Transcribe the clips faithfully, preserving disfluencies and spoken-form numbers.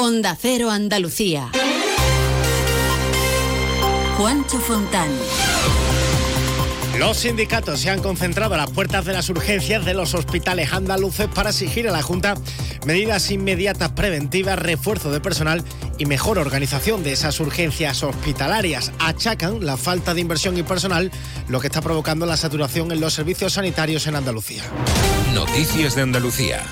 Onda Cero Andalucía. Juancho Fontán. Los sindicatos se han concentrado a las puertas de las urgencias de los hospitales andaluces para exigir a la Junta medidas inmediatas preventivas, refuerzo de personal y mejor organización de esas urgencias hospitalarias. Achacan la falta de inversión y personal, lo que está provocando la saturación en los servicios sanitarios en Andalucía. Noticias de Andalucía.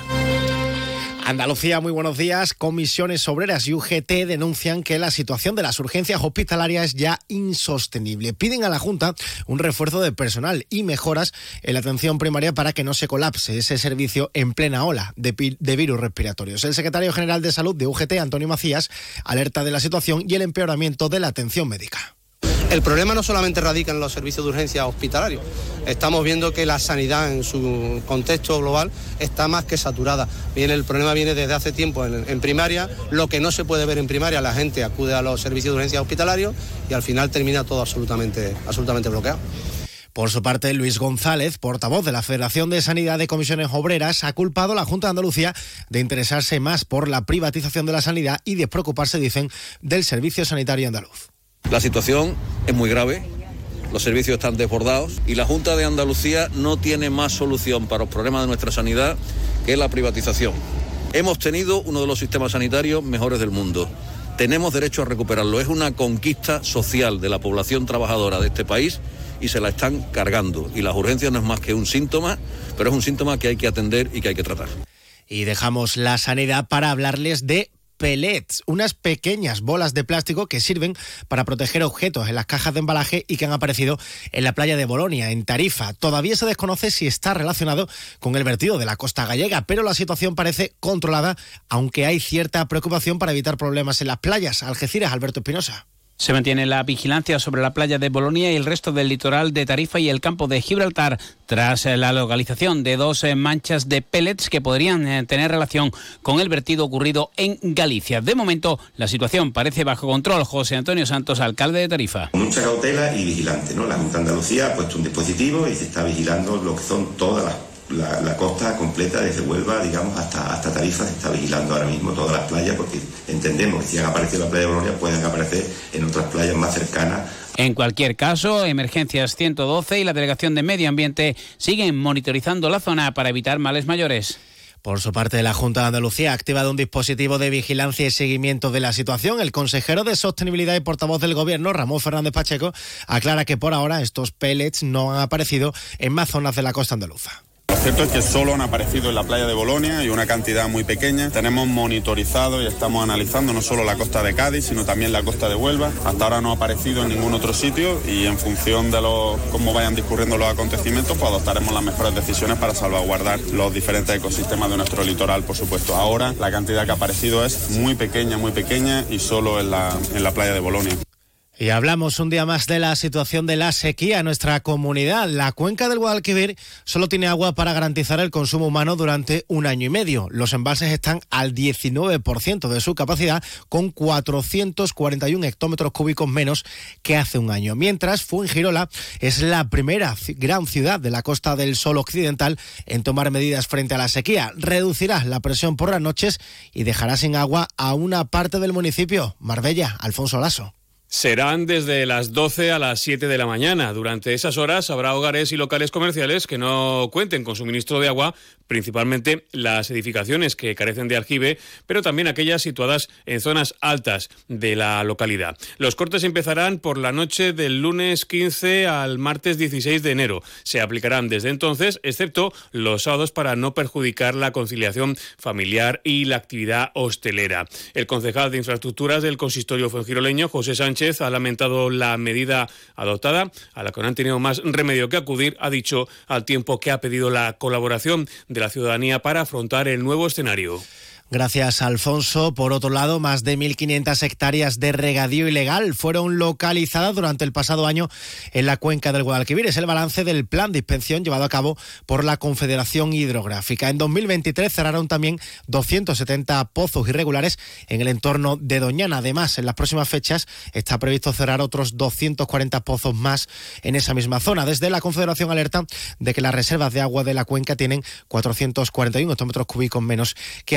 Andalucía, muy buenos días. Comisiones Obreras y U G T denuncian que la situación de las urgencias hospitalarias es ya insostenible. Piden a la Junta un refuerzo de personal y mejoras en la atención primaria para que no se colapse ese servicio en plena ola de, pi- de virus respiratorios. El secretario general de Salud de U G T, Antonio Macías, alerta de la situación y el empeoramiento de la atención médica. El problema no solamente radica en los servicios de urgencia hospitalarios. Estamos viendo que la sanidad en su contexto global está más que saturada. Bien, el problema viene desde hace tiempo en, en primaria. Lo que no se puede ver en primaria, la gente acude a los servicios de urgencia hospitalarios y al final termina todo absolutamente, absolutamente bloqueado. Por su parte, Luis González, portavoz de la Federación de Sanidad de Comisiones Obreras, ha culpado a la Junta de Andalucía de interesarse más por la privatización de la sanidad y despreocuparse, dicen, del servicio sanitario andaluz. La situación es muy grave, los servicios están desbordados y la Junta de Andalucía no tiene más solución para los problemas de nuestra sanidad que la privatización. Hemos tenido uno de los sistemas sanitarios mejores del mundo. Tenemos derecho a recuperarlo. Es una conquista social de la población trabajadora de este país y se la están cargando. Y las urgencias no es más que un síntoma, pero es un síntoma que hay que atender y que hay que tratar. Y dejamos la sanidad para hablarles de pellets, unas pequeñas bolas de plástico que sirven para proteger objetos en las cajas de embalaje y que han aparecido en la playa de Bolonia, en Tarifa. Todavía se desconoce si está relacionado con el vertido de la costa gallega, pero la situación parece controlada, aunque hay cierta preocupación para evitar problemas en las playas. Algeciras, Alberto Espinosa. Se mantiene la vigilancia sobre la playa de Bolonia y el resto del litoral de Tarifa y el campo de Gibraltar tras la localización de dos manchas de pellets que podrían tener relación con el vertido ocurrido en Galicia. De momento, la situación parece bajo control. José Antonio Santos, alcalde de Tarifa. Mucha cautela y vigilante, ¿no? La Junta de Andalucía ha puesto un dispositivo y se está vigilando lo que son todas las La, la costa completa, desde Huelva, digamos, hasta, hasta Tarifa. Se está vigilando ahora mismo todas las playas porque entendemos que si han aparecido en la playa de Bolonia pueden aparecer en otras playas más cercanas. En cualquier caso, Emergencias ciento doce y la Delegación de Medio Ambiente siguen monitorizando la zona para evitar males mayores. Por su parte, la Junta de Andalucía ha activado un dispositivo de vigilancia y seguimiento de la situación. El consejero de Sostenibilidad y portavoz del Gobierno, Ramón Fernández Pacheco, aclara que por ahora estos pellets no han aparecido en más zonas de la costa andaluza. Lo cierto es que solo han aparecido en la playa de Bolonia y una cantidad muy pequeña. Tenemos monitorizado y estamos analizando no solo la costa de Cádiz, sino también la costa de Huelva. Hasta ahora no ha aparecido en ningún otro sitio y en función de los, cómo vayan discurriendo los acontecimientos, pues adoptaremos las mejores decisiones para salvaguardar los diferentes ecosistemas de nuestro litoral, por supuesto. Ahora la cantidad que ha aparecido es muy pequeña, muy pequeña y solo en la, en la playa de Bolonia. Y hablamos un día más de la situación de la sequía en nuestra comunidad. La cuenca del Guadalquivir solo tiene agua para garantizar el consumo humano durante un año y medio. Los embalses están al diecinueve por ciento de su capacidad, con cuatrocientos cuarenta y uno hectómetros cúbicos menos que hace un año. Mientras, Fuengirola es la primera gran ciudad de la Costa del Sol Occidental en tomar medidas frente a la sequía. Reducirá la presión por las noches y dejará sin agua a una parte del municipio. Marbella, Alfonso Lasso. Serán desde las doce a las siete de la mañana. Durante esas horas habrá hogares y locales comerciales que no cuenten con suministro de agua, principalmente las edificaciones que carecen de aljibe, pero también aquellas situadas en zonas altas de la localidad. Los cortes empezarán por la noche del lunes quince al martes dieciséis de enero. Se aplicarán desde entonces, excepto los sábados, para no perjudicar la conciliación familiar y la actividad hostelera. El concejal de Infraestructuras del consistorio fuengiroleño, José Sánchez, ha lamentado la medida adoptada, a la que no han tenido más remedio que acudir, ha dicho, al tiempo que ha pedido la colaboración de la ciudadanía para afrontar el nuevo escenario. Gracias, Alfonso. Por otro lado, más de mil quinientas hectáreas de regadío ilegal fueron localizadas durante el pasado año en la cuenca del Guadalquivir. Es el balance del plan de inspección llevado a cabo por la Confederación Hidrográfica. En dos mil veintitrés cerraron también doscientos setenta pozos irregulares en el entorno de Doñana. Además, en las próximas fechas está previsto cerrar otros doscientos cuarenta pozos más en esa misma zona. Desde la Confederación alerta de que las reservas de agua de la cuenca tienen cuatrocientos cuarenta y uno hectómetros cúbicos menos que hace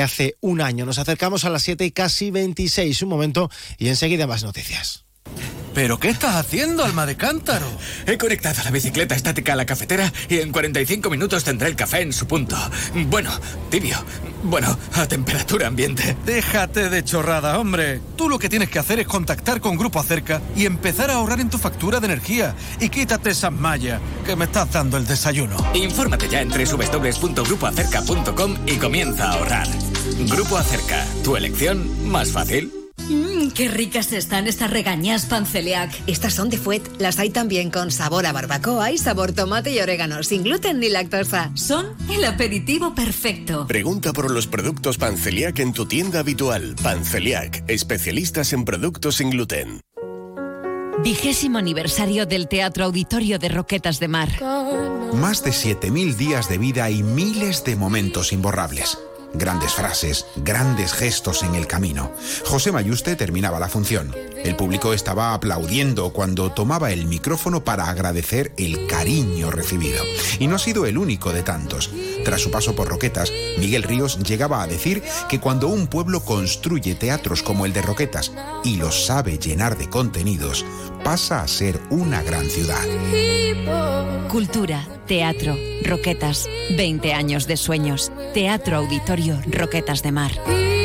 un año. Nos acercamos a las siete y casi veintiséis, un momento y enseguida más noticias. ¿Pero qué estás haciendo, alma de cántaro? He conectado la bicicleta estática a la cafetera y en cuarenta y cinco minutos tendré el café en su punto. Bueno, tibio. Bueno, a temperatura ambiente. Déjate de chorrada, hombre. Tú lo que tienes que hacer es contactar con Grupo Acerca y empezar a ahorrar en tu factura de energía. Y quítate esas mallas, que me estás dando el desayuno. Infórmate ya en doble u doble u doble u punto grupo acerca punto com y comienza a ahorrar. Grupo Acerca, tu elección más fácil. Mmm, qué ricas están estas regañas Panceliac. Estas son de Fuet, las hay también con sabor a barbacoa y sabor tomate y orégano, sin gluten ni lactosa. Son el aperitivo perfecto. Pregunta por los productos Panceliac en tu tienda habitual. Panceliac, especialistas en productos sin gluten. Vigésimo aniversario del Teatro Auditorio de Roquetas de Mar. Más de siete mil días de vida y miles de momentos imborrables. Grandes frases, grandes gestos en el camino. José Mayuste terminaba la función. El público estaba aplaudiendo cuando tomaba el micrófono para agradecer el cariño recibido. Y no ha sido el único de tantos. Tras su paso por Roquetas, Miguel Ríos llegaba a decir que cuando un pueblo construye teatros como el de Roquetas y los sabe llenar de contenidos, pasa a ser una gran ciudad. Cultura, teatro, Roquetas, veinte años de sueños. Teatro Auditorio Roquetas de Mar.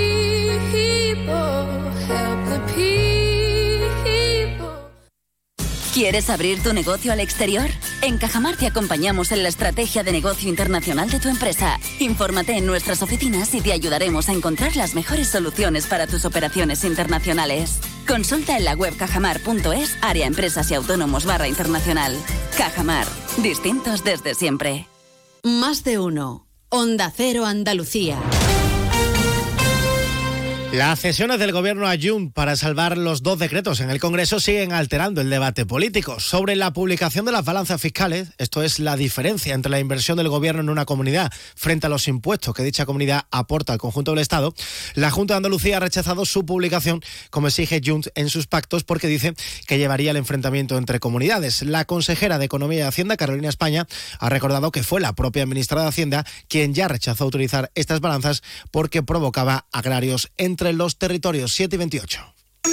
¿Quieres abrir tu negocio al exterior? En Cajamar te acompañamos en la estrategia de negocio internacional de tu empresa. Infórmate en nuestras oficinas y te ayudaremos a encontrar las mejores soluciones para tus operaciones internacionales. Consulta en la web cajamar punto es, área empresas y autónomos barra internacional. Cajamar, distintos desde siempre. Más de uno. Onda Cero Andalucía. Las cesiones del gobierno a Junts para salvar los dos decretos en el Congreso siguen alterando el debate político. Sobre la publicación de las balanzas fiscales, esto es la diferencia entre la inversión del gobierno en una comunidad frente a los impuestos que dicha comunidad aporta al conjunto del Estado, la Junta de Andalucía ha rechazado su publicación, como exige Junts en sus pactos, porque dice que llevaría al enfrentamiento entre comunidades. La consejera de Economía y Hacienda, Carolina España, ha recordado que fue la propia ministra de Hacienda quien ya rechazó utilizar estas balanzas porque provocaba agravios entre entre los territorios. Siete y veintiocho.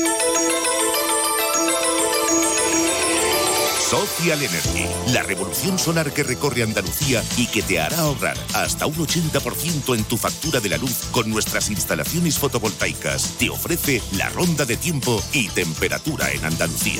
Social Energy, la revolución solar que recorre Andalucía y que te hará ahorrar hasta un ochenta por ciento en tu factura de la luz con nuestras instalaciones fotovoltaicas. Te ofrece la ronda de tiempo y temperatura en Andalucía.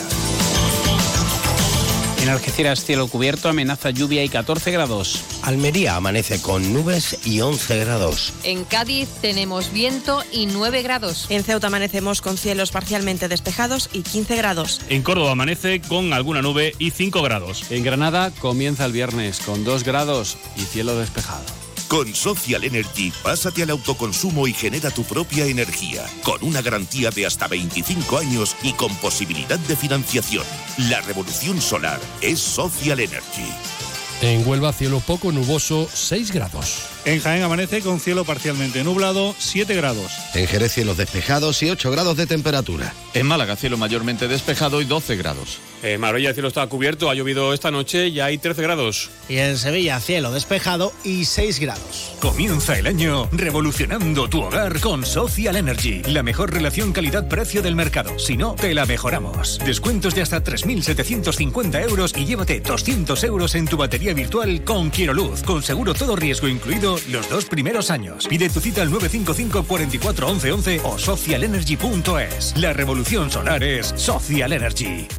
En Algeciras, cielo cubierto, amenaza lluvia y catorce grados. Almería amanece con nubes y once grados. En Cádiz tenemos viento y nueve grados. En Ceuta amanecemos con cielos parcialmente despejados y quince grados. En Córdoba amanece con alguna nube y cinco grados. En Granada comienza el viernes con dos grados y cielo despejado. Con Social Energy, pásate al autoconsumo y genera tu propia energía, con una garantía de hasta veinticinco años y con posibilidad de financiación. La revolución solar es Social Energy. En Huelva, cielo poco nuboso, seis grados. En Jaén amanece con cielo parcialmente nublado, siete grados. En Jerez, cielos despejados y ocho grados de temperatura. En Málaga, cielo mayormente despejado y doce grados. En Marbella el cielo está cubierto, ha llovido esta noche y hay trece grados. Y en Sevilla, cielo despejado y seis grados. Comienza el año revolucionando tu hogar con Social Energy. La mejor relación calidad-precio del mercado. Si no, te la mejoramos. Descuentos de hasta tres mil setecientos cincuenta euros y llévate doscientos euros en tu batería virtual con Quiero Luz. Con seguro todo riesgo incluido los dos primeros años. Pide tu cita al nueve cinco cinco, cuatro cuatro, once once o social energy punto es. La revolución solar es Social Energy.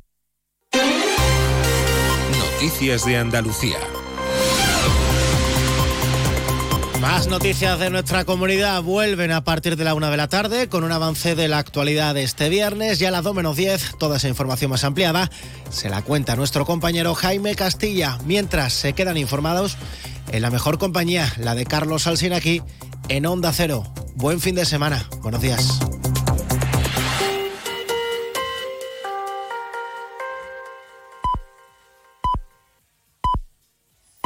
Noticias de Andalucía. Más noticias de nuestra comunidad vuelven a partir de la una de la tarde con un avance de la actualidad de este viernes. Ya a las dos menos diez, toda esa información más ampliada se la cuenta nuestro compañero Jaime Castilla. Mientras se quedan informados en la mejor compañía, la de Carlos Alsina aquí en Onda Cero. Buen fin de semana. Buenos días.